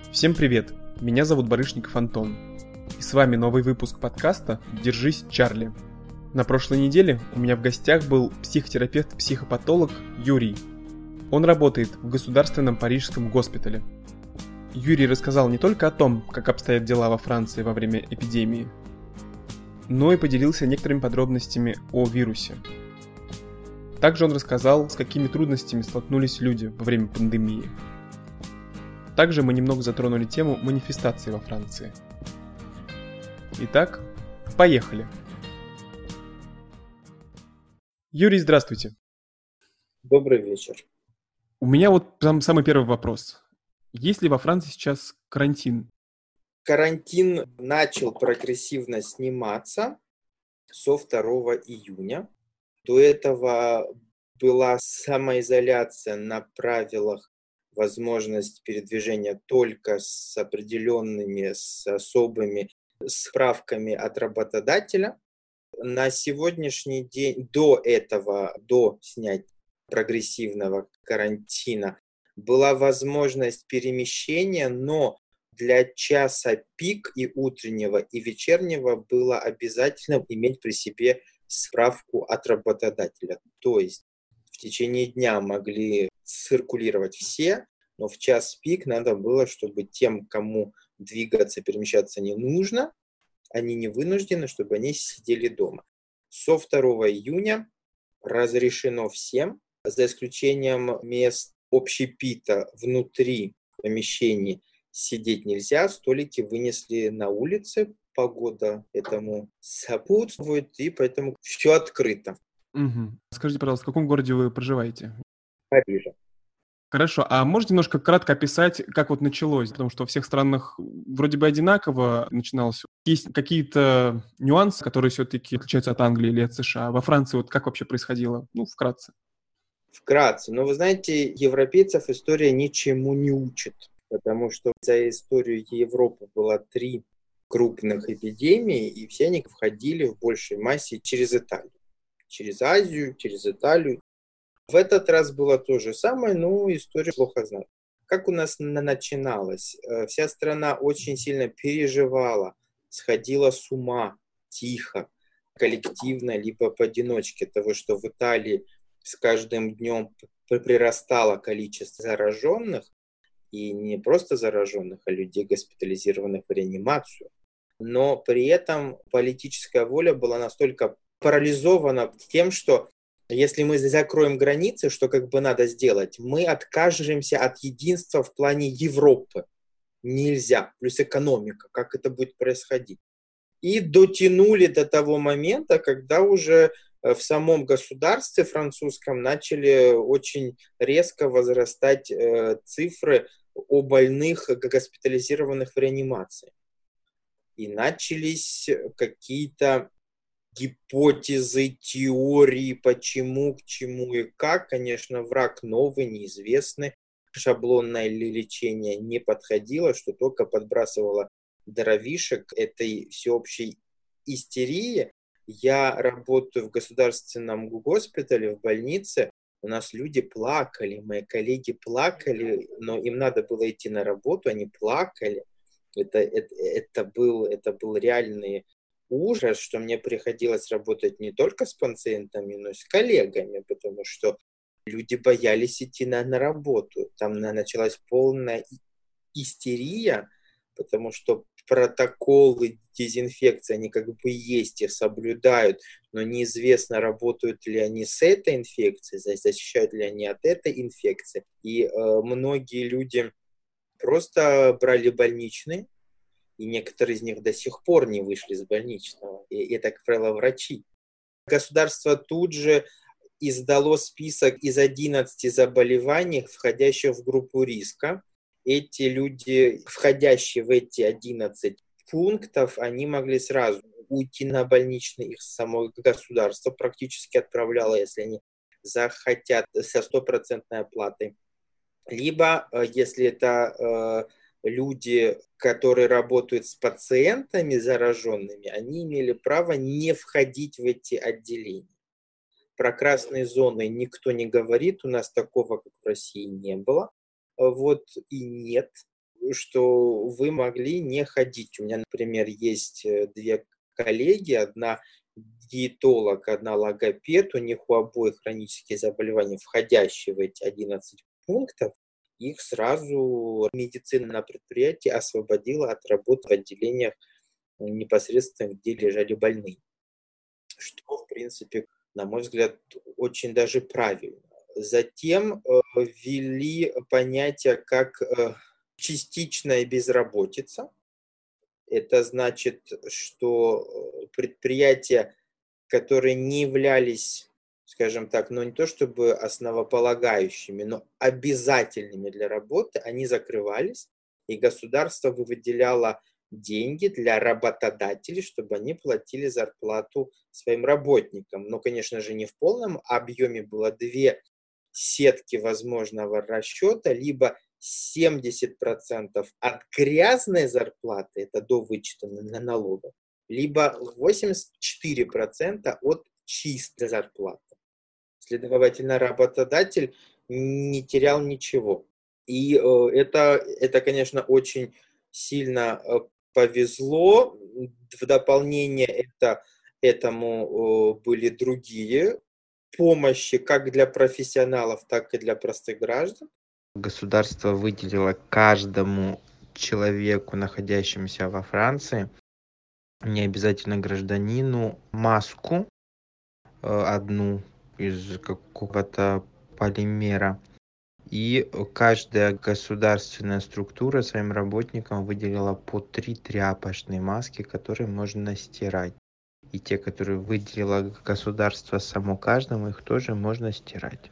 Всем привет, меня зовут Барышников Антон, и с вами новый выпуск подкаста «Держись, Чарли». На прошлой неделе у меня в гостях был психотерапевт-психопатолог Юрий. Он работает в Государственном парижском госпитале. Юрий рассказал не только о том, как обстоят дела во Франции во время эпидемии, но и поделился некоторыми подробностями о вирусе. Также он рассказал, с какими трудностями столкнулись люди во время пандемии. Также мы немного затронули тему манифестаций во Франции. Итак, поехали! Юрий, здравствуйте. Добрый вечер. У меня вот самый первый вопрос. Есть ли во Франции сейчас карантин? Карантин начал прогрессивно сниматься со 2 июня. До этого была самоизоляция на правилах, возможность передвижения только с определенными, с особыми справками от работодателя. На сегодняшний день до снятия прогрессивного карантина была возможность перемещения, но для часа пик и утреннего, и вечернего было обязательно иметь при себе справку от работодателя. То есть в течение дня могли циркулировать все, но в час пик надо было, чтобы тем, кому двигаться, перемещаться не нужно, они не вынуждены, чтобы они сидели дома. Со 2 июня разрешено всем, за исключением мест общепита внутри помещений, сидеть нельзя, столики вынесли на улице, погода этому сопутствует, и поэтому все открыто. Скажите, пожалуйста, в каком городе вы проживаете? В Париже. Хорошо, а можете немножко кратко описать, как вот началось? Потому что во всех странах вроде бы одинаково начиналось. Есть какие-то нюансы, которые все-таки отличаются от Англии или от США. Во Франции вот как вообще происходило? Вкратце. Вкратце. Но вы знаете, европейцев история ничему не учит, потому что за историю Европы было 3 крупных эпидемии, и все они входили в большей массе через Италию. Через Азию, через Италию. В этот раз было то же самое, но историю плохо знаю. Как у нас начиналось? Вся страна очень сильно переживала, сходила с ума тихо, коллективно, либо поодиночке того, что в Италии с каждым днем прирастало количество зараженных, и не просто зараженных, а людей, госпитализированных в реанимацию. Но при этом политическая воля была настолько парализована тем, что если мы закроем границы, что надо сделать, мы откажемся от единства в плане Европы. Нельзя. Плюс экономика. Как это будет происходить? И дотянули до того момента, когда уже в самом государстве французском начали очень резко возрастать цифры о больных, госпитализированных в реанимации. И начались какие-то гипотезы, теории, почему, к чему и как. Конечно, враг новый, неизвестный. Шаблонное лечение не подходило, что только подбрасывало дровишек этой всеобщей истерии. Я работаю в государственном госпитале, в больнице. У нас люди плакали, мои коллеги плакали, но им надо было идти на работу, они плакали. Это был реальный ужас, что мне приходилось работать не только с пациентами, но и с коллегами, потому что люди боялись идти на работу. Там началась полная истерия, потому что протоколы дезинфекции, они есть, их соблюдают, но неизвестно, работают ли они с этой инфекцией, защищают ли они от этой инфекции. И многие люди просто брали больничные, и некоторые из них до сих пор не вышли из больничного. И это, как правило, врачи. Государство тут же издало список из 11 заболеваний, входящих в группу риска. Эти люди, входящие в эти 11 пунктов, они могли сразу уйти на больничный, их само государство практически отправляло, если они захотят, со 100% оплатой. Либо, если это люди, которые работают с пациентами зараженными, они имели право не входить в эти отделения. Про красные зоны никто не говорит, у нас такого, как в России, не было. И нет. что вы могли не ходить. У меня, например, есть две коллеги, одна диетолог, одна логопед, у них у обоих хронические заболевания, входящие в эти 11 пунктов, их сразу медицина на предприятии освободила от работы в отделениях непосредственно, где лежали больные. Что, в принципе, на мой взгляд, очень даже правильно. Затем ввели понятие как частичная безработица. Это значит, что предприятия, которые не являлись, скажем так, ну не то чтобы основополагающими, но обязательными для работы, они закрывались, и государство выделяло деньги для работодателей, чтобы они платили зарплату своим работникам. Но, конечно же, не в полном объеме, было две сетки возможного расчета, либо 70% от грязной зарплаты, это до вычета налогов, либо 84% от чистой зарплаты. Следовательно, работодатель не терял ничего. И это, конечно, очень сильно повезло. В дополнение этому были другие помощи как для профессионалов, так и для простых граждан. Государство выделило каждому человеку, находящемуся во Франции, не обязательно гражданину, маску одну из какого-то полимера. И каждая государственная структура своим работникам выделила по 3 тряпочные маски, которые можно стирать. И те, которые выделило государство само каждому, их тоже можно стирать.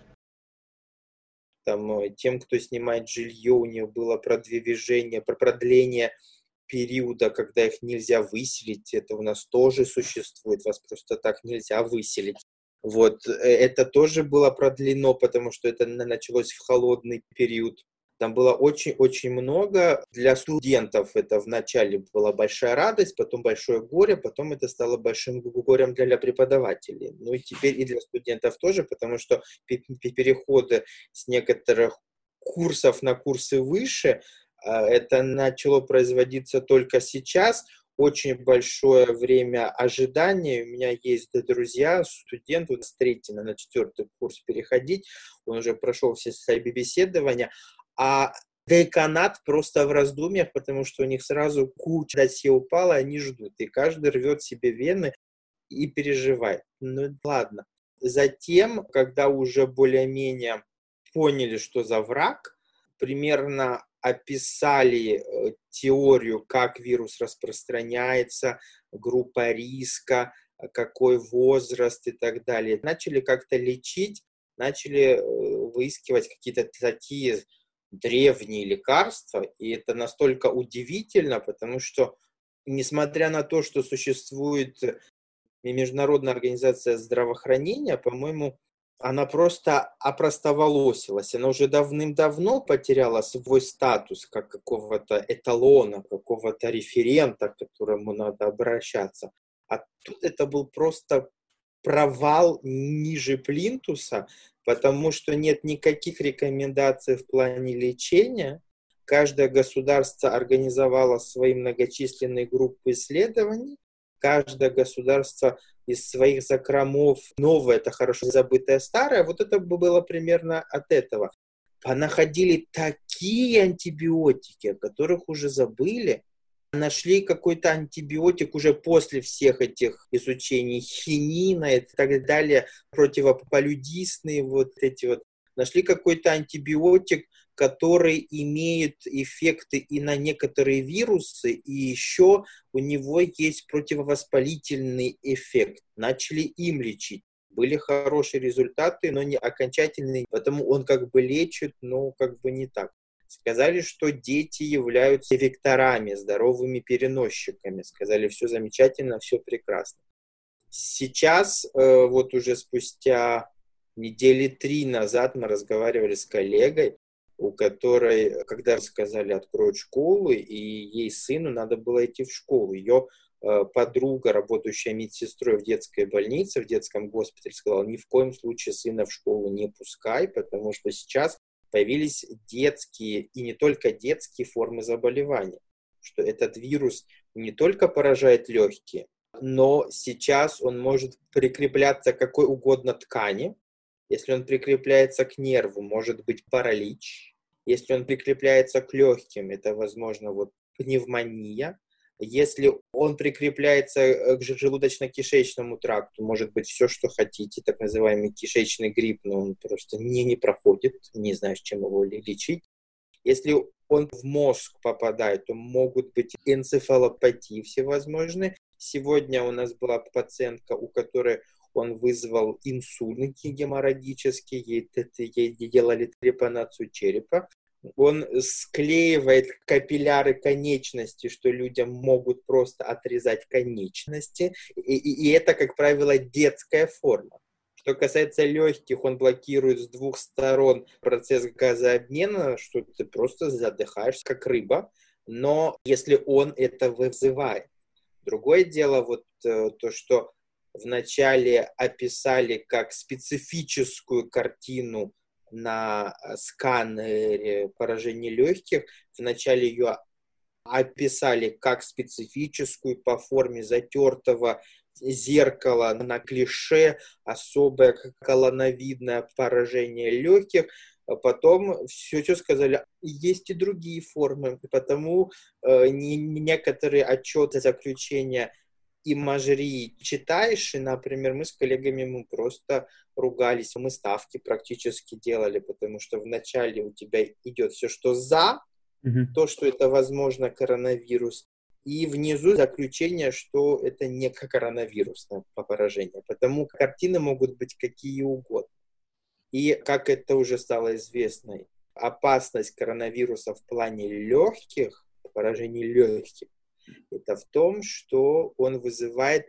Тем, кто снимает жилье, у них было продвижение, продление периода, когда их нельзя выселить. Это у нас тоже существует, вас просто так нельзя выселить. Вот, это тоже было продлено, потому что это началось в холодный период. Там было очень-очень много. Для студентов это вначале была большая радость, потом большое горе, потом это стало большим горем для преподавателей. Ну и теперь и для студентов тоже, потому что переходы с некоторых курсов на курсы выше, это начало производиться только сейчас. Очень большое время ожидания. У меня есть друзья, студент, с 3-го на 4-й курс переходить. Он уже прошел все собеседования. А деканат просто в раздумьях, потому что у них сразу куча досье упала, они ждут. И каждый рвет себе вены и переживает. Ну ладно. Затем, когда уже более-менее поняли, что за враг, примерно описали теорию, как вирус распространяется, группа риска, какой возраст и так далее. Начали как-то лечить, начали выискивать какие-то такие древние лекарства, и это настолько удивительно, потому что, несмотря на то, что существует Международная организация здравоохранения, по-моему, она просто опростоволосилась. Она уже давным-давно потеряла свой статус как какого-то эталона, какого-то референта, к которому надо обращаться. А тут это был просто провал ниже плинтуса, потому что нет никаких рекомендаций в плане лечения. Каждое государство организовало свои многочисленные группы исследований. Каждое государство из своих закромов новое, это хорошо забытое старое, вот это было примерно от этого. Понаходили такие антибиотики, о которых уже забыли. Нашли какой-то антибиотик уже после всех этих изучений хинина и так далее, противопалудистные вот эти вот. Нашли какой-то антибиотик, который имеет эффекты и на некоторые вирусы, и еще у него есть противовоспалительный эффект. Начали им лечить. Были хорошие результаты, но не окончательные, потому он как бы лечит, но как бы не так. Сказали, что дети являются векторами, здоровыми переносчиками. Сказали, все замечательно, все прекрасно. Сейчас, вот уже спустя недели 3 назад мы разговаривали с коллегой, у которой, когда сказали, откроют школу, и ей сыну надо было идти в школу. Ее подруга, работающая медсестрой в детской больнице, в детском госпитале, сказала, ни в коем случае сына в школу не пускай, потому что сейчас появились детские и не только детские формы заболевания, что этот вирус не только поражает легкие, но сейчас он может прикрепляться к какой угодно ткани. Если он прикрепляется к нерву, может быть паралич. Если он прикрепляется к легким, это, возможно, пневмония. Если он прикрепляется к желудочно-кишечному тракту, может быть все, что хотите, так называемый кишечный грипп, но он просто не проходит, не знаешь, чем его лечить. Если он в мозг попадает, то могут быть энцефалопатии всевозможные. Сегодня у нас была пациентка, у которой он вызвал инсульт геморрагический, ей делали трепанацию черепа. Он склеивает капилляры конечности, что людям могут просто отрезать конечности. И это, как правило, детская форма. Что касается легких, он блокирует с двух сторон процесс газообмена, что ты просто задыхаешься, как рыба. Но если он это вызывает. Другое дело, то, что вначале описали как специфическую картину на сканере поражения легких, вначале ее описали как специфическую по форме затертого зеркала на клише, особое колонновидное поражение легких. Потом все сказали, есть и другие формы, потому некоторые отчеты, заключения имажерии читаешь, и, например, мы с коллегами просто ругались, мы ставки практически делали, потому что вначале у тебя идет все, что за, то, что это, возможно, коронавирус, и внизу заключение, что это не коронавирусное поражение, потому картины могут быть какие угодно. И, как это уже стало известно, опасность коронавируса в плане легких, поражений легких, это в том, что он вызывает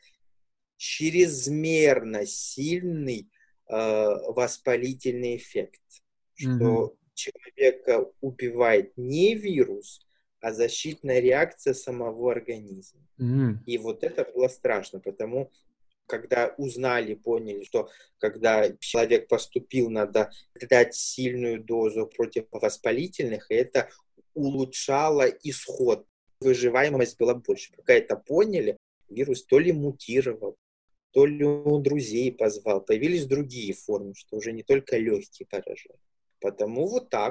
чрезмерно сильный воспалительный эффект, что человека убивает не вирус, а защитная реакция самого организма. И это было страшно, потому когда узнали, поняли, что когда человек поступил, надо дать сильную дозу противовоспалительных, и это улучшало исход. Выживаемость была больше. Пока это поняли, вирус то ли мутировал, то ли он друзей позвал. Появились другие формы, что уже не только легкие поражения. Потому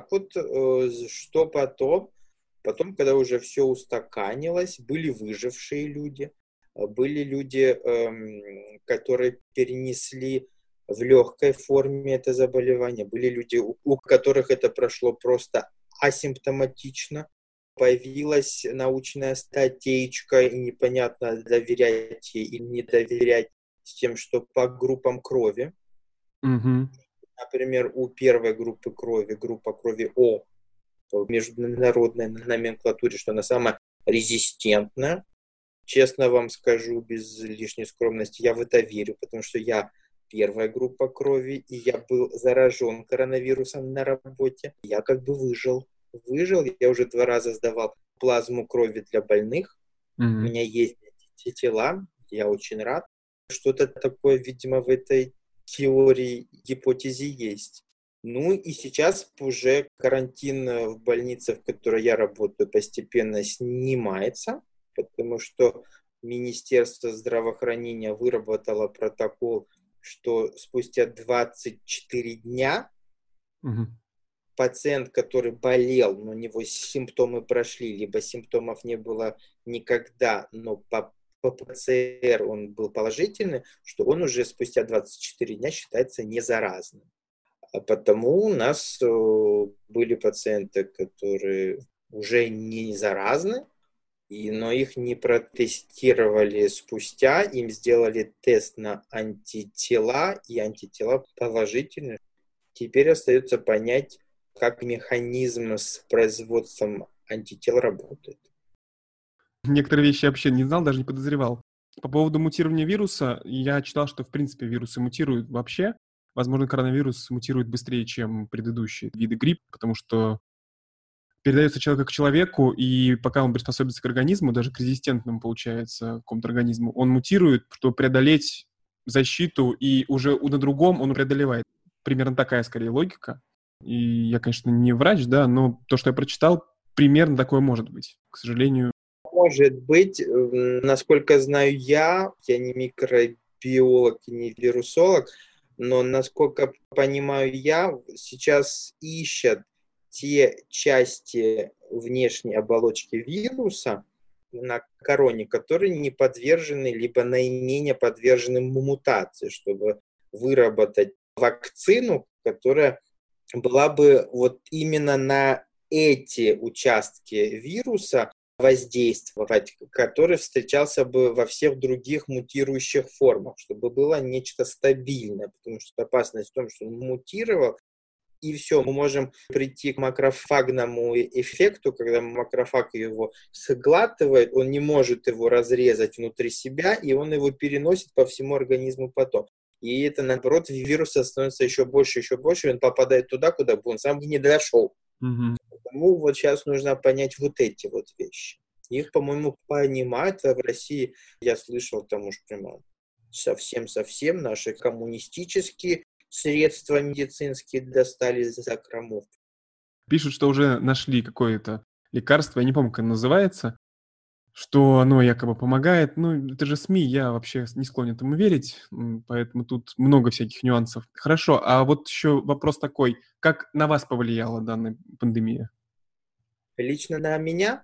что потом, когда уже все устаканилось, были выжившие люди, были люди, которые перенесли в легкой форме это заболевание, были люди, у которых это прошло просто асимптоматично. Появилась научная статейка, и непонятно, доверять ей или не доверять, с тем, что по группам крови. Например, у первой группы крови, группа крови О, в международной номенклатуре, что она самая резистентная. Честно вам скажу, без лишней скромности, я в это верю, потому что я первая группа крови, и я был заражен коронавирусом на работе. Я выжил. Я уже 2 раза сдавал плазму крови для больных. У меня есть эти тела, я очень рад. Что-то такое, видимо, в этой теории, гипотезе есть. И сейчас уже карантин в больнице, в которой я работаю, постепенно снимается, потому что Министерство здравоохранения выработало протокол, что спустя 24 дня пациент, который болел, но у него симптомы прошли, либо симптомов не было никогда, но по ПЦР он был положительный, что он уже спустя 24 дня считается незаразным. А потому у нас были пациенты, которые уже не заразны, но их не протестировали спустя, им сделали тест на антитела, и антитела положительные. Теперь остается понять, как механизм с производством антител работает. Некоторые вещи я вообще не знал, даже не подозревал. По поводу мутирования вируса, я читал, что в принципе вирусы мутируют вообще. Возможно, коронавирус мутирует быстрее, чем предыдущие виды гриппа, потому что передается человека к человеку, и пока он приспособится к организму, даже к резистентному, получается, какому-то организму, он мутирует, чтобы преодолеть защиту, и уже на другом он преодолевает. Примерно такая, скорее, логика. И я, конечно, не врач, да, но то, что я прочитал, примерно такое может быть. К сожалению. Может быть, насколько знаю я не микробиолог и не вирусолог, но насколько понимаю я, сейчас ищут те части внешней оболочки вируса на короне, которые не подвержены, либо наименее подвержены мутации, чтобы выработать вакцину, которая была бы вот именно на эти участки вируса воздействовать, который встречался бы во всех других мутирующих формах, чтобы было нечто стабильное, потому что опасность в том, что он мутировал, и все, мы можем прийти к макрофагному эффекту, когда макрофаг его сглатывает, он не может его разрезать внутри себя, и он его переносит по всему организму потом. И это, наоборот, вируса становится еще больше, и он попадает туда, куда бы он сам не дошел. Угу. Поэтому вот сейчас нужно понять вот эти вот вещи. Их, по-моему, понимают в России. Я слышал, там уж прямо совсем наши коммунистические средства медицинские достали за закромов. Пишут, что уже нашли какое-то лекарство, я не помню, как оно называется, что оно якобы помогает. Ну, это же СМИ, я вообще не склонен этому верить, поэтому тут много всяких нюансов. Хорошо, а вот еще вопрос такой, как на вас повлияла данная пандемия? Лично на меня,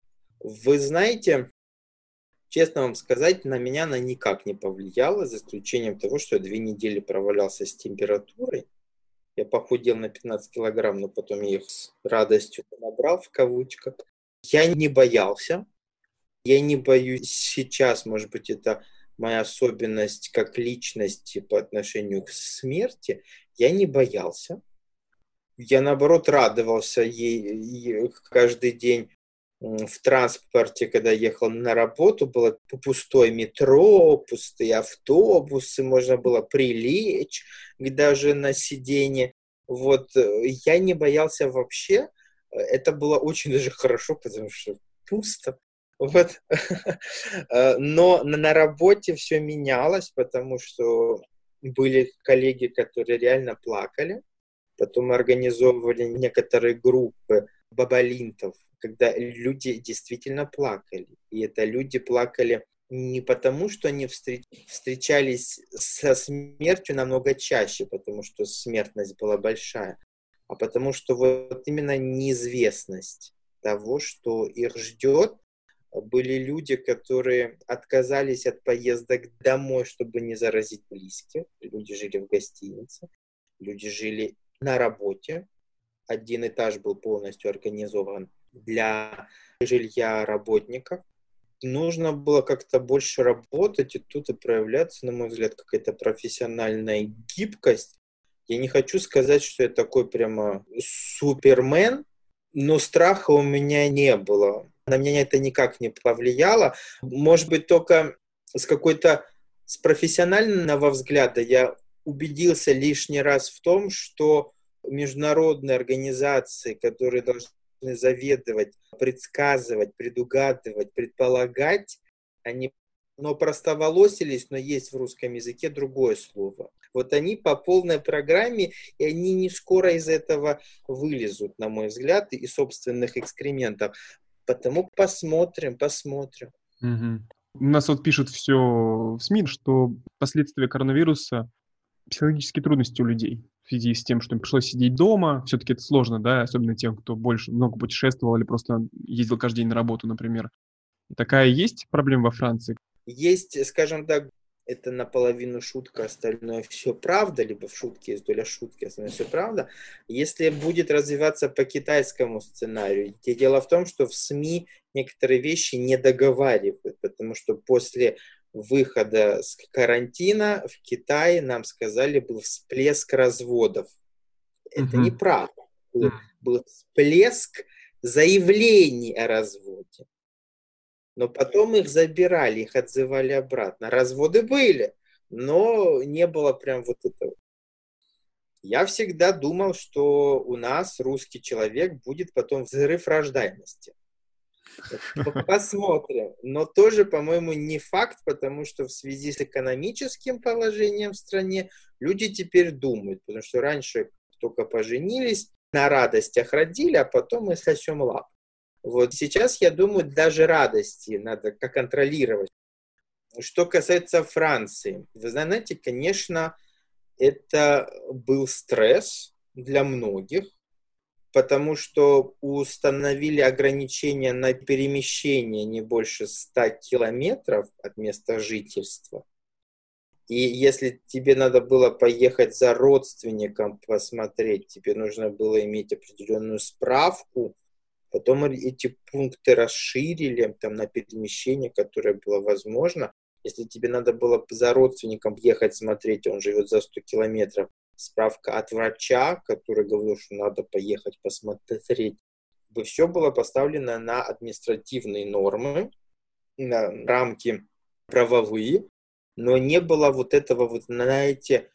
вы знаете, честно вам сказать, на меня она никак не повлияла, за исключением того, что я 2 недели провалялся с температурой. Я похудел на 15 килограмм, но потом я их с радостью набрал, в кавычках. Я не боялся. Я не боюсь сейчас, может быть, это моя особенность как личности по отношению к смерти. Я не боялся. Я, наоборот, радовался ей каждый день в транспорте, когда ехал на работу, было пустое метро, пустые автобусы, можно было прилечь даже на сиденье. Вот, я не боялся вообще. Это было очень даже хорошо, потому что пусто. Вот. Но на работе все менялось, потому что были коллеги, которые реально плакали. Потом мы организовывали некоторые группы бабалинтов, когда люди действительно плакали. И это люди плакали не потому, что они встречались со смертью намного чаще, потому что смертность была большая, а потому что вот именно неизвестность того, что их ждет. Были люди, которые отказались от поездок домой, чтобы не заразить близких. Люди жили в гостинице, люди жили на работе. Один этаж был полностью организован для жилья работников. Нужно было как-то больше работать, и тут и проявляться, на мой взгляд, какая-то профессиональная гибкость. Я не хочу сказать, что я такой прямо супермен, но страха у меня не было. На меня это никак не повлияло. Может быть, только с профессионального взгляда я убедился лишний раз в том, что международные организации, которые должны заведовать, предсказывать, предугадывать, предполагать, они простоволосились, но есть в русском языке другое слово. Вот они по полной программе, и они не скоро из этого вылезут, на мой взгляд, из собственных экскрементов. Потому посмотрим. Угу. У нас вот пишут все в СМИ, что последствия коронавируса – психологические трудности у людей в связи с тем, что им пришлось сидеть дома. Все-таки это сложно, да, особенно тем, кто много путешествовал или просто ездил каждый день на работу, например. Такая есть проблема во Франции? Есть, скажем так, это наполовину шутка, остальное все правда, либо в шутке есть доля шутки, остальное все правда. Если будет развиваться по китайскому сценарию, дело в том, что в СМИ некоторые вещи не договаривают, потому что после выхода с карантина в Китае нам сказали, был всплеск разводов. Это неправда. Был всплеск заявлений о разводе. Но потом их забирали, их отзывали обратно. Разводы были, но не было прям вот этого. Я всегда думал, что у нас русский человек будет потом взрыв рождаемости. Посмотрим. Но тоже, по-моему, не факт, потому что в связи с экономическим положением в стране люди теперь думают. Потому что раньше только поженились, на радостях родили, а потом мы сосем лап. Вот сейчас, я думаю, даже радости надо как контролировать. Что касается Франции, вы знаете, конечно, это был стресс для многих, потому что установили ограничения на перемещение не больше 100 километров от места жительства. И если тебе надо было поехать за родственником посмотреть, тебе нужно было иметь определенную справку. Потом эти пункты расширили там, на перемещение, которое было возможно. Если тебе надо было за родственником ехать смотреть, он живет за 100 километров, справка от врача, который говорил, что надо поехать посмотреть. Все было поставлено на административные нормы, на рамки правовые, но не было вот этого, вот, знаете,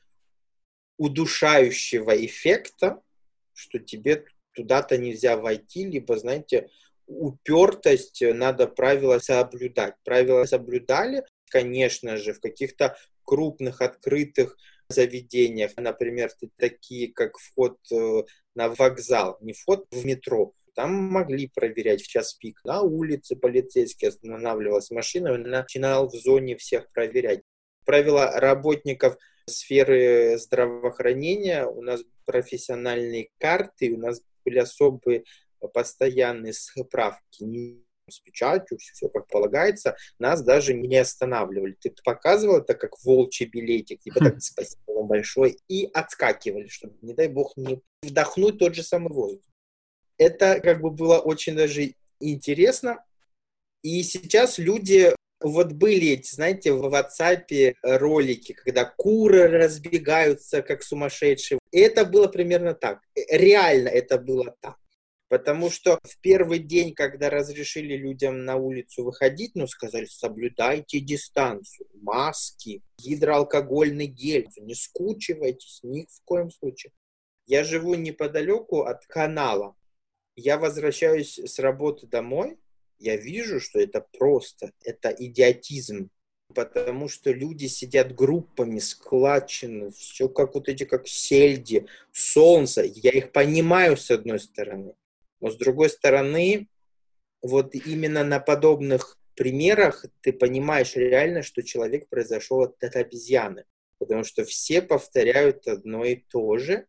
удушающего эффекта, что тебе туда-то нельзя войти, либо, знаете, упертость, надо правила соблюдать. Правила соблюдали, конечно же, в каких-то крупных открытых заведениях, например, такие, как вход на вокзал, не вход в метро. Там могли проверять в час пик. На улице полицейский останавливалась машина, и начинал в зоне всех проверять. Правила работников сферы здравоохранения, у нас профессиональные карты, у нас были особые постоянные справки с печатью, все как полагается, нас даже не останавливали. Ты показывал это как волчий билетик, типа так, спасибо вам большое, и отскакивали, чтобы, не дай бог, не вдохнуть тот же самый воздух. Это как бы было очень даже интересно. И сейчас люди, вот были эти, знаете, в WhatsApp ролики, когда куры разбегаются как сумасшедшие. И это было примерно так. Реально это было так. Потому что в первый день, когда разрешили людям на улицу выходить, сказали, соблюдайте дистанцию, маски, гидроалкогольный гель, не скучивайтесь ни в коем случае. Я живу неподалеку от канала. Я возвращаюсь с работы домой, я вижу, что это идиотизм. Потому что люди сидят группами, складчины, все как вот эти, как сельди, солнце. Я их понимаю, с одной стороны. Но с другой стороны, вот именно на подобных примерах ты понимаешь реально, что человек произошел от обезьяны. Потому что все повторяют одно и то же.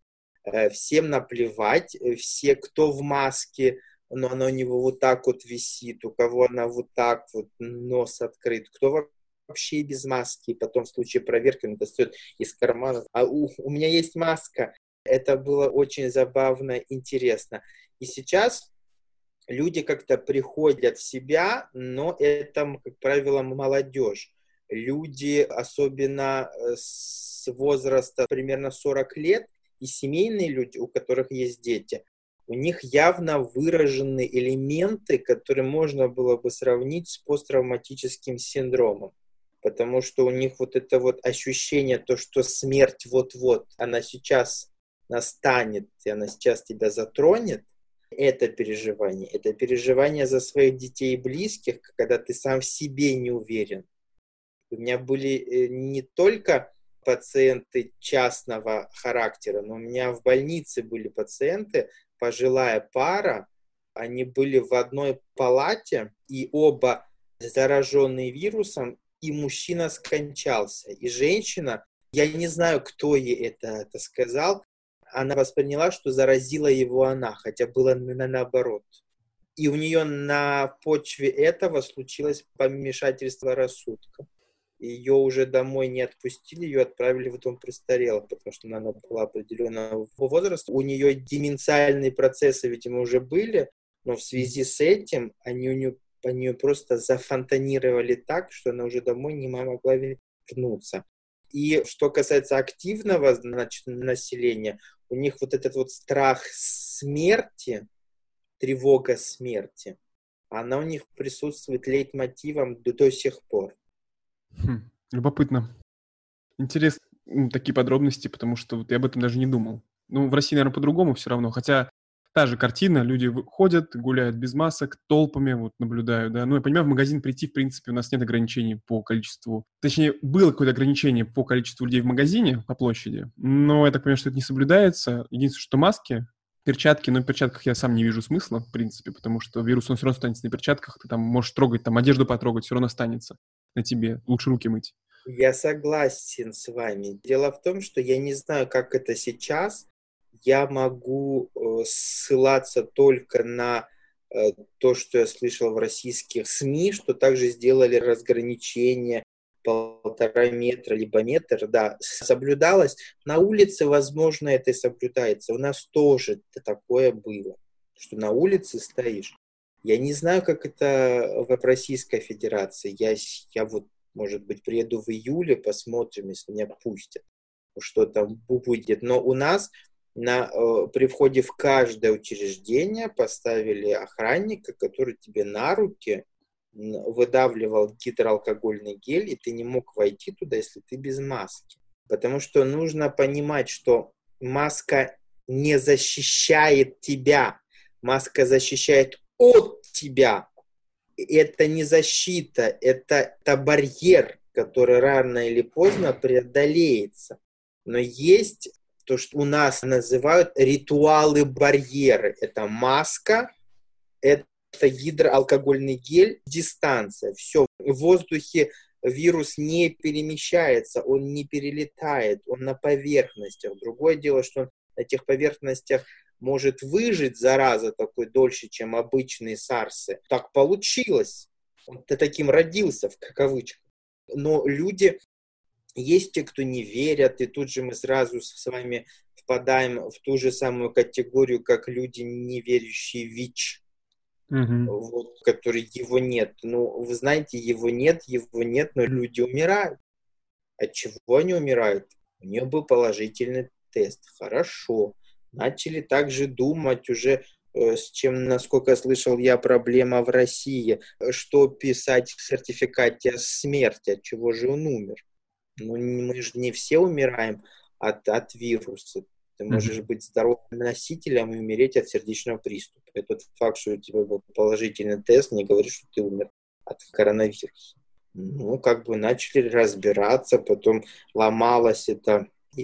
Всем наплевать, все, кто в маске, но она у него вот так вот висит, у кого она вот так вот, нос открыт, кто вообще без маски, потом в случае проверки он достает из кармана, у меня есть маска. Это было очень забавно, интересно. И сейчас люди как-то приходят в себя, но это, как правило, молодежь. Люди, особенно с возраста примерно 40 лет, и семейные люди, у которых есть дети, у них явно выражены элементы, которые можно было бы сравнить с посттравматическим синдромом. Потому что у них вот это вот ощущение, то, что смерть вот-вот, она сейчас настанет, и она сейчас тебя затронет, это переживание за своих детей и близких, когда ты сам в себе не уверен. У меня были не только пациенты частного характера, но у меня в больнице были пациенты, пожилая пара, они были в одной палате, и оба зараженные вирусом, и мужчина скончался. И женщина, я не знаю, кто ей это сказал, она восприняла, что заразила его она, хотя было наоборот. И у нее на почве этого случилось помешательство рассудка. Ее уже домой не отпустили, ее отправили в дом престарелых, потому что она была определенного возраста. У нее деменциальные процессы, видимо, уже были, но в связи с этим они у нее просто зафонтанировали так, что она уже домой не могла вернуться. И что касается активного, значит, населения, у них вот этот вот страх смерти, тревога смерти, она у них присутствует лейтмотивом до сих пор. Любопытно. Интересно такие подробности, потому что вот я об этом даже не думал. В России, наверное, по-другому все равно. Хотя та же картина, люди ходят, гуляют без масок, толпами, вот наблюдаю, да. Ну, я понимаю, в магазин прийти, в принципе, у нас нет ограничений по количеству, точнее, было какое-то ограничение по количеству людей в магазине по площади, но я так понимаю, что это не соблюдается. Единственное, что маски, перчатки, но в перчатках я сам не вижу смысла, в принципе, потому что вирус, он все равно останется на перчатках, ты там можешь трогать, там, одежду потрогать, все равно останется на тебе. Лучше руки мыть. Я согласен с вами. Дело в том, что я не знаю, как это сейчас. Я могу ссылаться только на то, что я слышал в российских СМИ, что также сделали разграничение 1,5 метра, либо метр, да, соблюдалось. На улице, возможно, это и соблюдается. У нас тоже такое было, что на улице стоишь. Я не знаю, как это в Российской Федерации. Я вот, может быть, приеду в июле, посмотрим, если меня пустят, что там будет. Но у нас при входе в каждое учреждение поставили охранника, который тебе на руки выдавливал гидроалкогольный гель, и ты не мог войти туда, если ты без маски. Потому что нужно понимать, что маска не защищает тебя, маска защищает от тебя. Это не защита, это барьер, который рано или поздно преодолеется. Но есть то, что у нас называют ритуалы барьеры. Это маска, это гидроалкогольный гель, дистанция. Все, в воздухе вирус не перемещается, он не перелетает, он на поверхностях. Другое дело, что он на этих поверхностях может выжить, зараза, такой дольше, чем обычные сарсы. Так получилось. Ты таким родился, в кавычках. Но люди, есть те, кто не верят, и тут же мы сразу с вами впадаем в ту же самую категорию, как люди, не верящие в ВИЧ, вот, который его нет. Ну, вы знаете, его нет, но люди умирают. От чего они умирают? У них был положительный тест. Хорошо. Начали также думать уже, с чем, насколько слышал я, проблема в России, что писать в сертификате о смерти, от чего же он умер. Ну, мы же не все умираем от вируса. Ты можешь быть здоровым носителем и умереть от сердечного приступа. И тот факт, что у тебя был положительный тест, не говорит, что ты умер от коронавируса. Ну, как бы начали разбираться, потом ломалась эта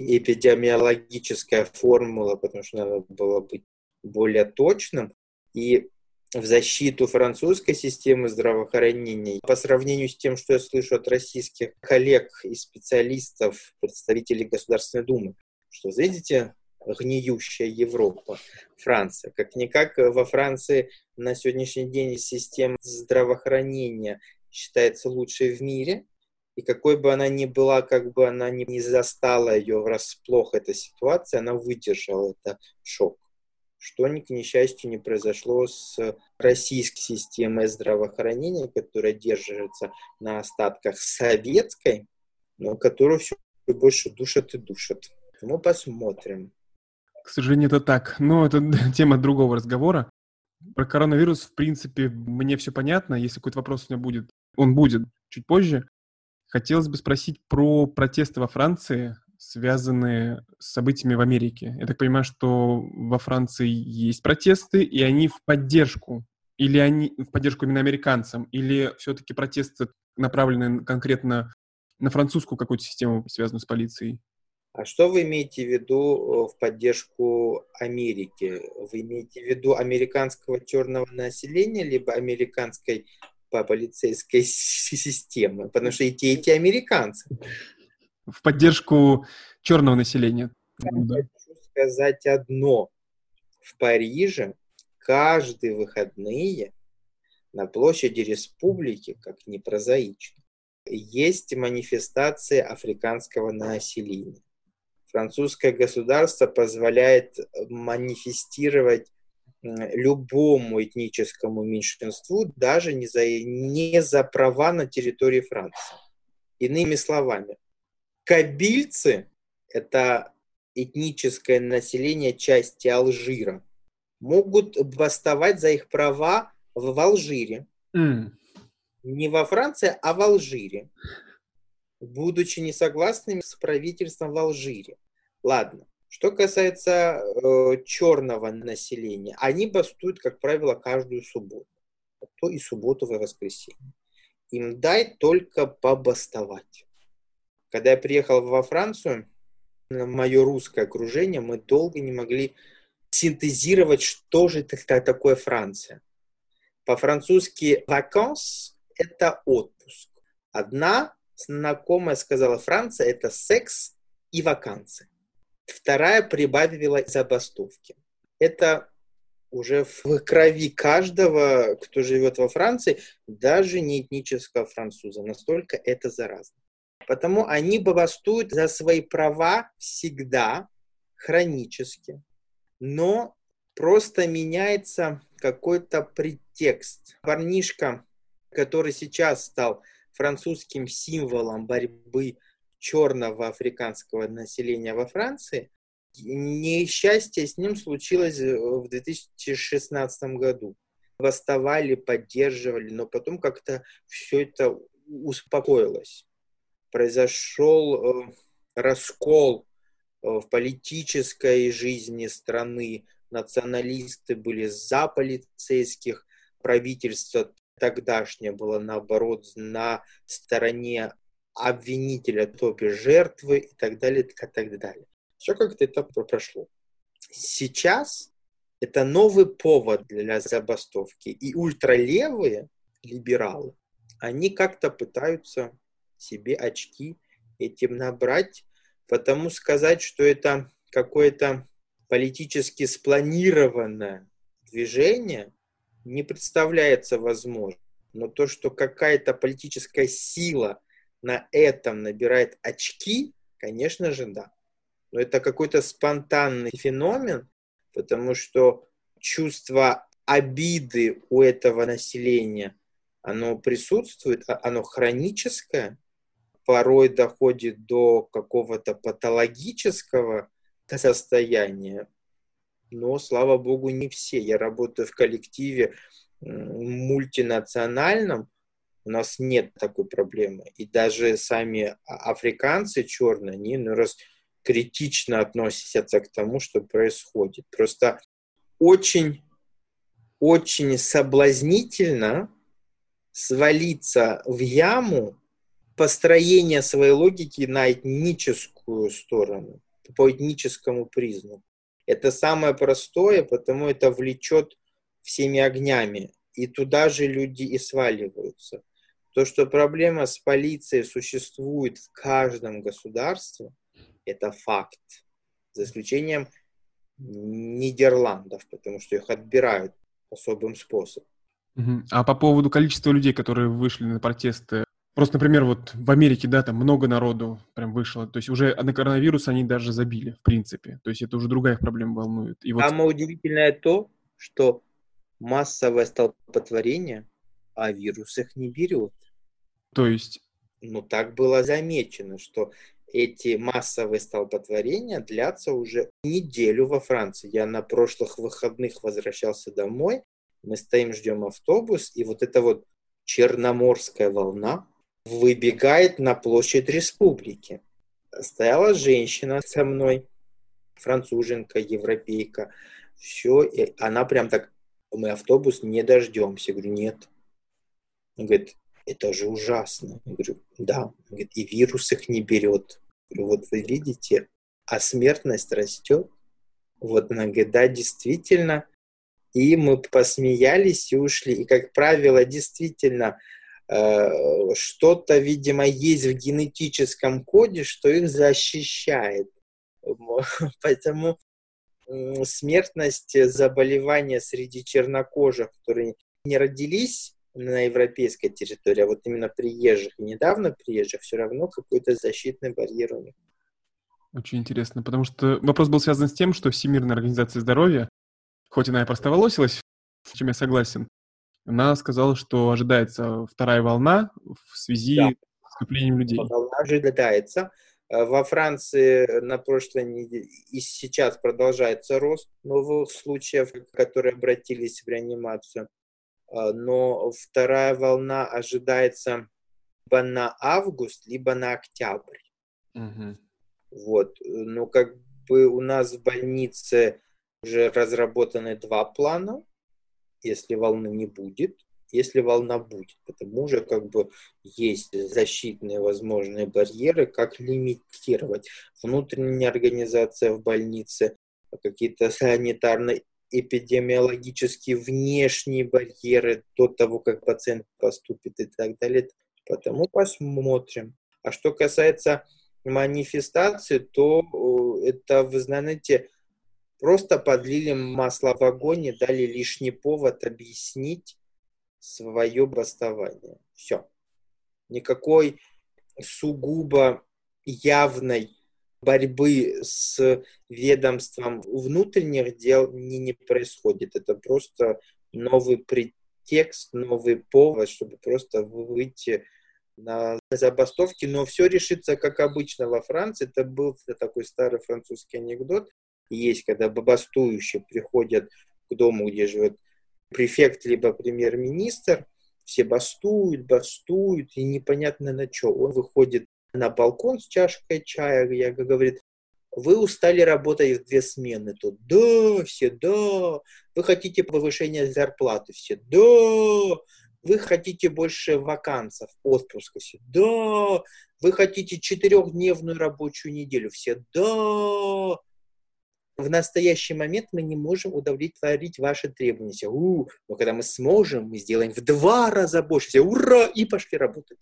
эпидемиологическая формула, потому что надо было быть более точным. И в защиту французской системы здравоохранения, по сравнению с тем, что я слышу от российских коллег и специалистов, представителей Государственной Думы, что, видите, гниющая Европа, Франция. Как-никак во Франции на сегодняшний день система здравоохранения считается лучшей в мире, и какой бы она ни была, как бы она ни застала ее врасплох, эта ситуация, она выдержала этот шок. Что, к несчастью, не произошло с российской системой здравоохранения, которая держится на остатках советской, но которую все больше душат и душат. Мы посмотрим. К сожалению, это так. Но это тема другого разговора. Про коронавирус, в принципе, мне все понятно. Если какой-то вопрос у меня будет, он будет чуть позже. Хотелось бы спросить про протесты во Франции, связанные с событиями в Америке. Я так понимаю, что во Франции есть протесты, и они в поддержку. Или они в поддержку именно американцам, или все-таки протесты направлены конкретно на французскую какую-то систему, связанную с полицией? А что вы имеете в виду в поддержку Америки? Вы имеете в виду американского черного населения, либо американской полицейской системы? Потому что и те американцы. В поддержку черного населения. Я хочу сказать одно. В Париже каждые выходные на площади Республики, как ни прозаично, есть манифестации африканского населения. Французское государство позволяет манифестировать любому этническому меньшинству, даже не за права на территории Франции. Иными словами, кабильцы – это этническое население части Алжира, могут бастовать за их права в Алжире. Не во Франции, а в Алжире, будучи несогласными с правительством в Алжире. Ладно, Что касается черного населения, они бастуют, как правило, каждую субботу, а то и субботу и воскресенье. Им дай только побастовать. Когда я приехал во Францию, на мое русское окружение, мы долго не могли синтезировать, что же это такое Франция. По-французски «vacances» – это отпуск. Одна знакомая сказала, Франция – это секс и вакансии. Вторая прибавила забастовки. Это уже в крови каждого, кто живет во Франции, даже не этнического француза. Настолько это заразно. Потому они бастуют за свои права всегда, хронически. Но просто меняется какой-то предтекст. Парнишка, который сейчас стал французским символом борьбы черного африканского населения во Франции, несчастье с ним случилось в 2016 году. Восставали, поддерживали, но потом как-то все это успокоилось. Произошел раскол в политической жизни страны. Националисты были за полицейских, правительство тогдашнее было, наоборот, на стороне обвинителя, то бишь жертвы и так далее, и так далее. Все как-то это прошло. Сейчас это новый повод для забастовки. И ультралевые либералы, они как-то пытаются себе очки этим набрать, потому сказать, что это какое-то политически спланированное движение, не представляется возможным. Но то, что какая-то политическая сила на этом набирает очки, конечно же, да. Но это какой-то спонтанный феномен, потому что чувство обиды у этого населения, оно присутствует, оно хроническое, порой доходит до какого-то патологического состояния. Но, слава богу, не все. Я работаю в коллективе мультинациональном, у нас нет такой проблемы. И даже сами африканцы черные, они иной раз критично относятся к тому, что происходит. Просто очень, очень соблазнительно свалиться в яму построения своей логики на этническую сторону, по этническому признаку. Это самое простое, потому это влечет всеми огнями. И туда же люди и сваливаются. То, что проблема с полицией существует в каждом государстве, это факт. За исключением Нидерландов, потому что их отбирают особым способом. А по поводу количества людей, которые вышли на протесты, просто, например, вот в Америке, да, там много народу прям вышло, то есть уже на коронавирус они даже забили, в принципе, то есть это уже другая проблема волнует. И вот... Самое удивительное то, что массовое столпотворение, а вирус их не берет. То есть... Ну, так было замечено, что эти массовые столпотворения длятся уже неделю во Франции. Я на прошлых выходных возвращался домой, мы стоим, ждем автобус, и вот эта вот черноморская волна выбегает на площадь Республики. Стояла женщина со мной, француженка, европейка, все, и она прям так, мы автобус не дождемся. Я говорю, нет. Она говорит, это же ужасно. Я говорю, да. Она говорит, и вирус их не берет. Я говорю, вот вы видите, а смертность растет. Вот она говорит, да, действительно. И мы посмеялись и ушли. И, как правило, действительно, что-то, видимо, есть в генетическом коде, что их защищает. Поэтому смертность заболевания среди чернокожих, которые не родились на европейской территории, а вот именно приезжих и недавно приезжих, все равно какой-то защитный барьер у них. Очень интересно, потому что вопрос был связан с тем, что Всемирная организация здоровья, хоть она и простоволосилась, с чем я согласен, она сказала, что ожидается вторая волна в связи с скоплением людей. Волна ожидается. Во Франции на прошлой неделе и сейчас продолжается рост новых случаев, которые обратились в реанимацию. Но вторая волна ожидается либо на август, либо на октябрь. Угу. Вот. Но как бы у нас в больнице уже разработаны 2 плана, если волны не будет, если волна будет. Потому уже как бы есть защитные возможные барьеры, как лимитировать внутренняя организация в больнице, какие-то санитарно-эпидемиологические внешние барьеры до того, как пациент поступит и так далее. Потому посмотрим. А что касается манифестации, то это, вы знаете, просто подлили масло в огонь и дали лишний повод объяснить свое бастование. Все. Никакой сугубо явной борьбы с ведомством внутренних дел не происходит. Это просто новый претекст, новый повод, чтобы просто выйти на забастовки. Но все решится, как обычно во Франции. Это был такой старый французский анекдот. Есть, когда бастующие приходят к дому, где живет префект либо премьер-министр, все бастуют, и непонятно на что. Он выходит на балкон с чашкой чая, и говорит: вы устали работать в 2 смены. Тут да, все да. Вы хотите повышения зарплаты? Все да. Вы хотите больше вакансий, отпуска? Все да. Вы хотите 4-дневную рабочую неделю? Все да. В настоящий момент мы не можем удовлетворить ваши требования. Все, но когда мы сможем, мы сделаем в 2 раза больше. Все, ура! И пошли работать.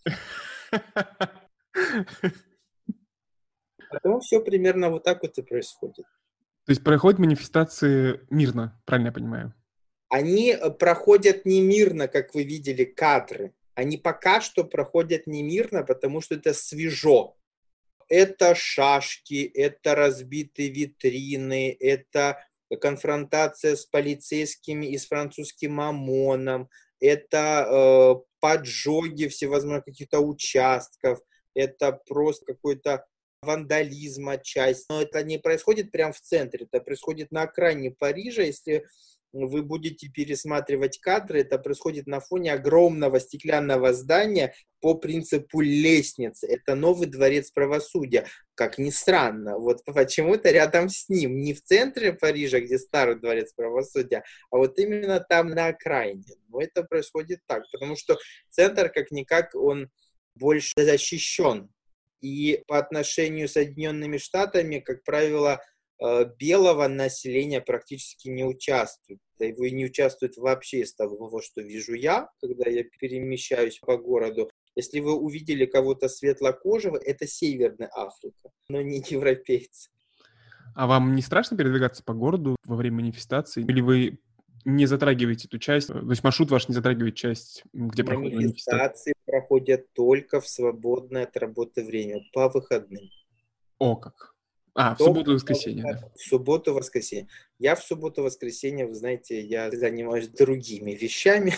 Поэтому все примерно вот так вот и происходит. То есть проходят манифестации мирно, правильно я понимаю? Они проходят не мирно, как вы видели кадры. Они пока что проходят не мирно, потому что это свежо. Это шашки, это разбитые витрины, это конфронтация с полицейскими и с французским ОМОНом, это поджоги всевозможных каких-то участков, это просто какой-то вандализм отчасти. Но это не происходит прямо в центре, это происходит на окраине Парижа. Если вы будете пересматривать кадры, это происходит на фоне огромного стеклянного здания по принципу лестницы. Это новый дворец правосудия. Как ни странно, вот почему-то рядом с ним, не в центре Парижа, где старый дворец правосудия, а вот именно там на окраине. Но это происходит так, потому что центр, как-никак, он больше защищен. И по отношению с Соединенными Штатами, как правило, белого населения практически не участвует. Его и не участвует вообще из того, что вижу я, когда я перемещаюсь по городу. Если вы увидели кого-то светлокожего, это Северная Африка, но не европейцы. А вам не страшно передвигаться по городу во время манифестации? Или вы не затрагиваете эту часть? То есть маршрут ваш не затрагивает часть, где проходит манифестация? Манифестации проходят только в свободное от работы время, по выходным. О, как. В субботу и воскресенье, да. В субботу и воскресенье. Я в субботу и воскресенье, вы знаете, я занимаюсь другими вещами.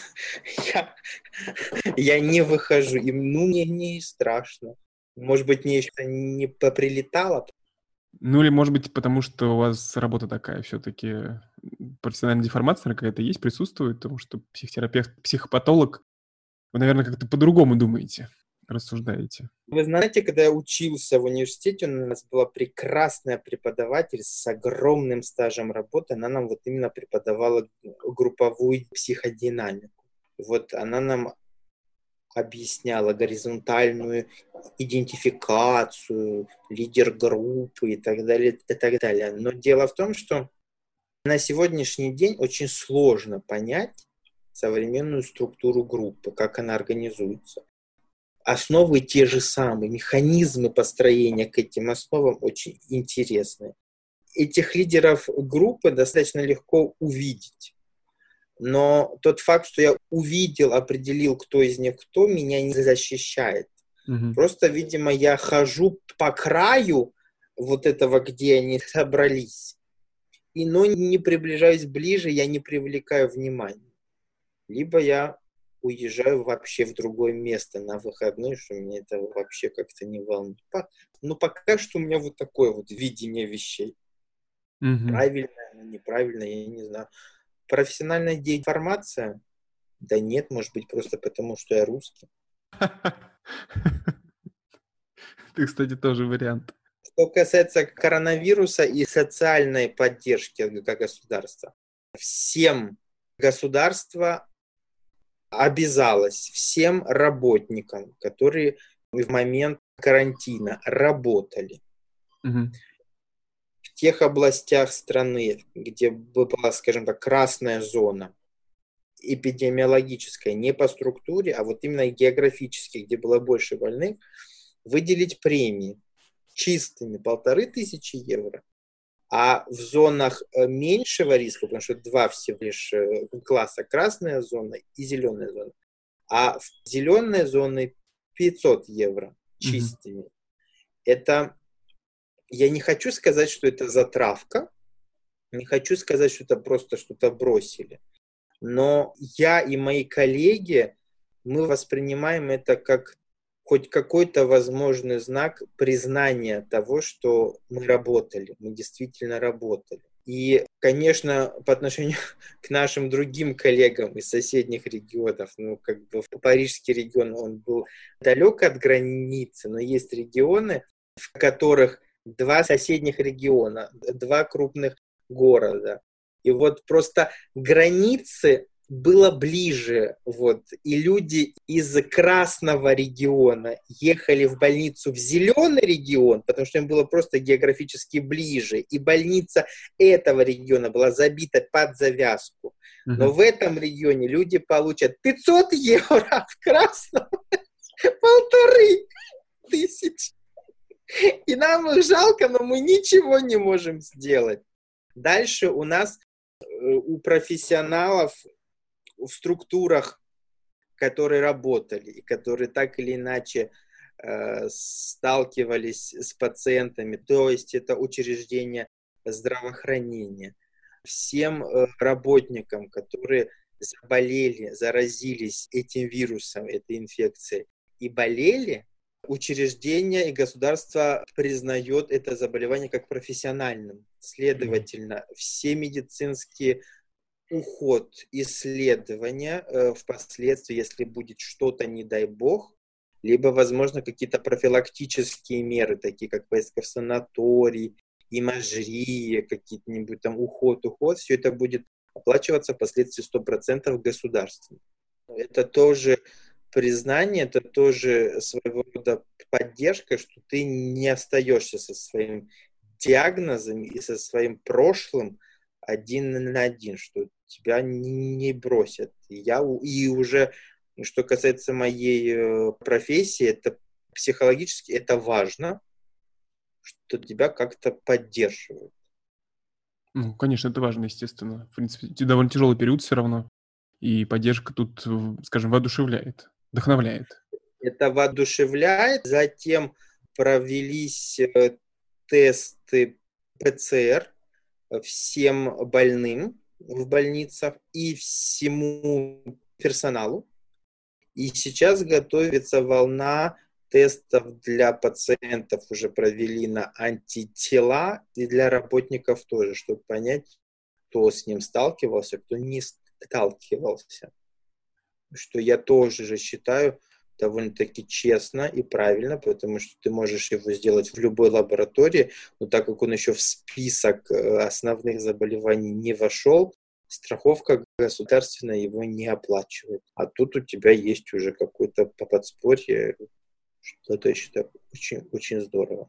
Я не выхожу. И мне не страшно. Может быть, мне еще не поприлетало. Ну или, может быть, потому что у вас работа такая все-таки, профессиональная деформация какая-то есть, присутствует, потому что психотерапевт, психопатолог, вы, наверное, как-то по-другому думаете, рассуждаете. Вы знаете, когда я учился в университете, у нас была прекрасная преподаватель с огромным стажем работы. Она нам вот именно преподавала групповую психодинамику. Вот она нам объясняла горизонтальную идентификацию, лидер группы и так далее, и так далее. Но дело в том, что на сегодняшний день очень сложно понять современную структуру группы, как она организуется. Основы те же самые, механизмы построения к этим основам очень интересны. Этих лидеров группы достаточно легко увидеть. Но тот факт, что я увидел, определил, кто из них кто, меня не защищает. Угу. Просто, видимо, я хожу по краю вот этого, где они собрались, но не приближаюсь ближе, я не привлекаю внимания. Либо я уезжаю вообще в другое место на выходные, что меня это вообще как-то не волнует. Но пока что у меня вот такое вот видение вещей. Угу. Правильное, неправильное, я не знаю. Профессиональная деформация? Да нет, может быть, просто потому, что я русский. Ты, кстати, тоже вариант. Что касается коронавируса и социальной поддержки государства, всем государство обязалось, всем работникам, которые в момент карантина работали Мгм. в тех областях страны, где была, скажем так, красная зона, эпидемиологическая, не по структуре, а вот именно географически, где было больше больных, выделить премии чистыми 1500 евро, а в зонах меньшего риска, потому что два всего лишь класса, красная зона и зеленая зона, а в зеленой зоне 500 евро Мгм. чистыми. Это, я не хочу сказать, что это затравка, не хочу сказать, что это просто что-то бросили, но я и мои коллеги, мы воспринимаем это как хоть какой-то возможный знак признания того, что мы работали, мы действительно работали. И, конечно, по отношению к нашим другим коллегам из соседних регионов, ну, как бы Парижский регион, он был далек от границы, но есть регионы, в которых два соседних региона, два крупных города. И вот просто границы было ближе, вот, и люди из красного региона ехали в больницу в зеленый регион, потому что им было просто географически ближе, и больница этого региона была забита под завязку. Но Мгм. в этом регионе люди получат 500 евро, а в красном 1500. И нам их жалко, но мы ничего не можем сделать. Дальше у нас, у профессионалов в структурах, которые работали и которые так или иначе сталкивались с пациентами, то есть это учреждения здравоохранения, всем работникам, которые заболели, заразились этим вирусом, этой инфекцией и болели, учреждение и государство признает это заболевание как профессиональным. Следовательно, все медицинские уход, исследования впоследствии, если будет что-то, не дай бог, либо, возможно, какие-то профилактические меры, такие как поездка в санаторий, имажрия, какие-нибудь там уход, все это будет оплачиваться впоследствии 100% государством. Это тоже признание, это тоже своего рода поддержка, что ты не остаешься со своим диагнозом и со своим прошлым один на один, что тебя не бросят. И уже, что касается моей профессии, это психологически это важно, что тебя как-то поддерживают. Ну, конечно, это важно, естественно. В принципе, довольно тяжелый период все равно, и поддержка тут, скажем, воодушевляет, вдохновляет. Это воодушевляет. Затем провелись тесты ПЦР всем больным в больницах и всему персоналу. И сейчас готовится волна тестов для пациентов, уже провели на антитела, и для работников тоже, чтобы понять, кто с ним сталкивался, кто не сталкивался. Что я тоже же считаю довольно-таки честно и правильно, потому что ты можешь его сделать в любой лаборатории, но так как он еще в список основных заболеваний не вошел, страховка государственная его не оплачивает. А тут у тебя есть уже какое-то подспорье, что-то, я считаю, очень, очень здорово.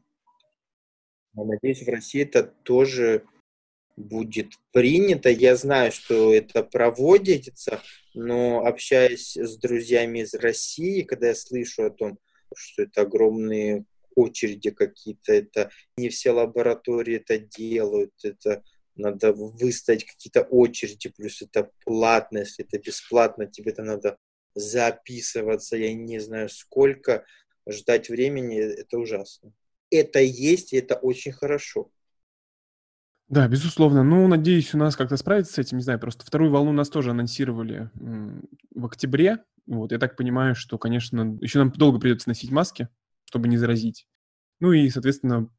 Я надеюсь, в России это тоже будет принято. Я знаю, что это проводится, но общаясь с друзьями из России, когда я слышу о том, что это огромные очереди какие-то, это не все лаборатории это делают, это надо выставить какие-то очереди, плюс это платно, если это бесплатно, тебе это надо записываться, я не знаю сколько, ждать времени, это ужасно. Это есть, и это очень хорошо. Да, безусловно. Ну, надеюсь, у нас как-то справиться с этим. Не знаю, просто вторую волну нас тоже анонсировали в октябре. Вот, я так понимаю, что, конечно, еще нам долго придется носить маски, чтобы не заразить. Ну и, соответственно,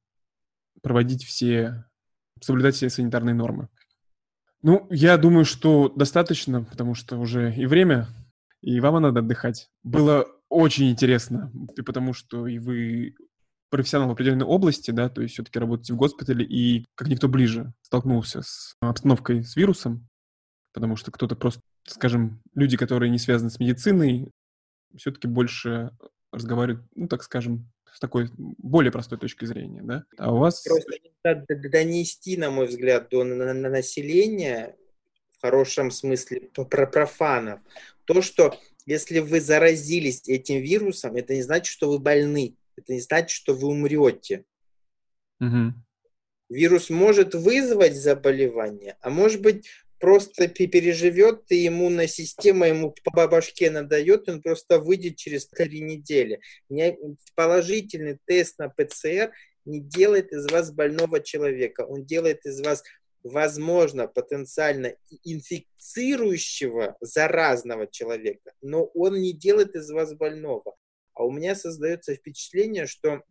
соблюдать все санитарные нормы. Ну, я думаю, что достаточно, потому что уже и время, и вам надо отдыхать. Было очень интересно, и потому что и вы профессионал в определенной области, да, то есть все-таки работаете в госпитале и как никто ближе столкнулся с обстановкой с вирусом, потому что кто-то просто, скажем, люди, которые не связаны с медициной, все-таки больше разговаривают, ну, так скажем, с такой более простой точки зрения, да? А у вас... Просто надо донести, на мой взгляд, до населения, в хорошем смысле, про профанов, то, что если вы заразились этим вирусом, это не значит, что вы больны, это не значит, что вы умрете. Угу. Вирус может вызвать заболевание, а может быть, просто переживет, и иммунная система ему по башке надает, и он просто выйдет через 3 недели. Положительный тест на ПЦР не делает из вас больного человека, он делает из вас, возможно, потенциально инфицирующего заразного человека, но он не делает из вас больного. А у меня создается впечатление, что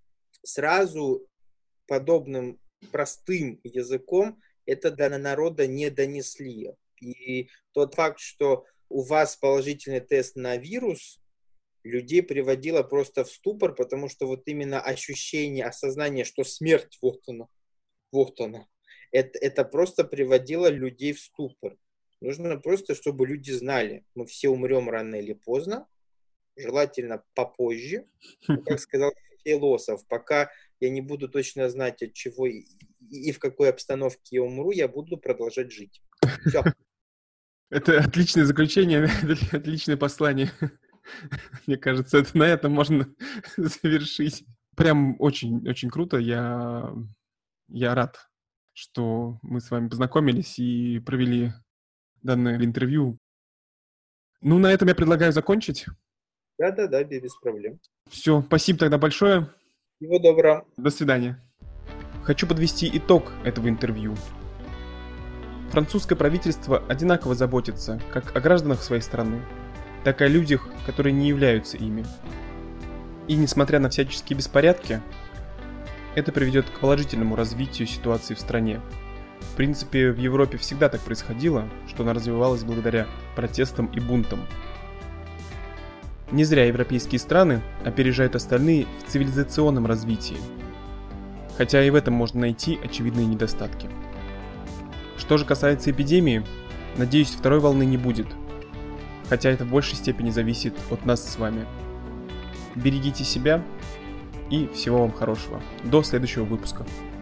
сразу подобным простым языком это до народа не донесли. И тот факт, что у вас положительный тест на вирус, людей приводило просто в ступор, потому что вот именно ощущение, осознание, что смерть вот она, это просто приводило людей в ступор. Нужно просто, чтобы люди знали, мы все умрем рано или поздно, желательно попозже. Как сказал философ, пока я не буду точно знать, от чего и в какой обстановке я умру, я буду продолжать жить. Все. Это отличное заключение, отличное послание. Мне кажется, это на этом можно завершить. Прям очень круто. Я рад, что мы с вами познакомились и провели данное интервью. Ну, на этом я предлагаю закончить. Да, без проблем. Все, спасибо тогда большое. Всего доброго. До свидания. Хочу подвести итог этого интервью. Французское правительство одинаково заботится как о гражданах своей страны, так и о людях, которые не являются ими. И несмотря на всяческие беспорядки, это приведет к положительному развитию ситуации в стране. В принципе, в Европе всегда так происходило, что она развивалась благодаря протестам и бунтам. Не зря европейские страны опережают остальные в цивилизационном развитии. Хотя и в этом можно найти очевидные недостатки. Что же касается эпидемии, надеюсь, второй волны не будет. Хотя это в большей степени зависит от нас с вами. Берегите себя и всего вам хорошего. До следующего выпуска.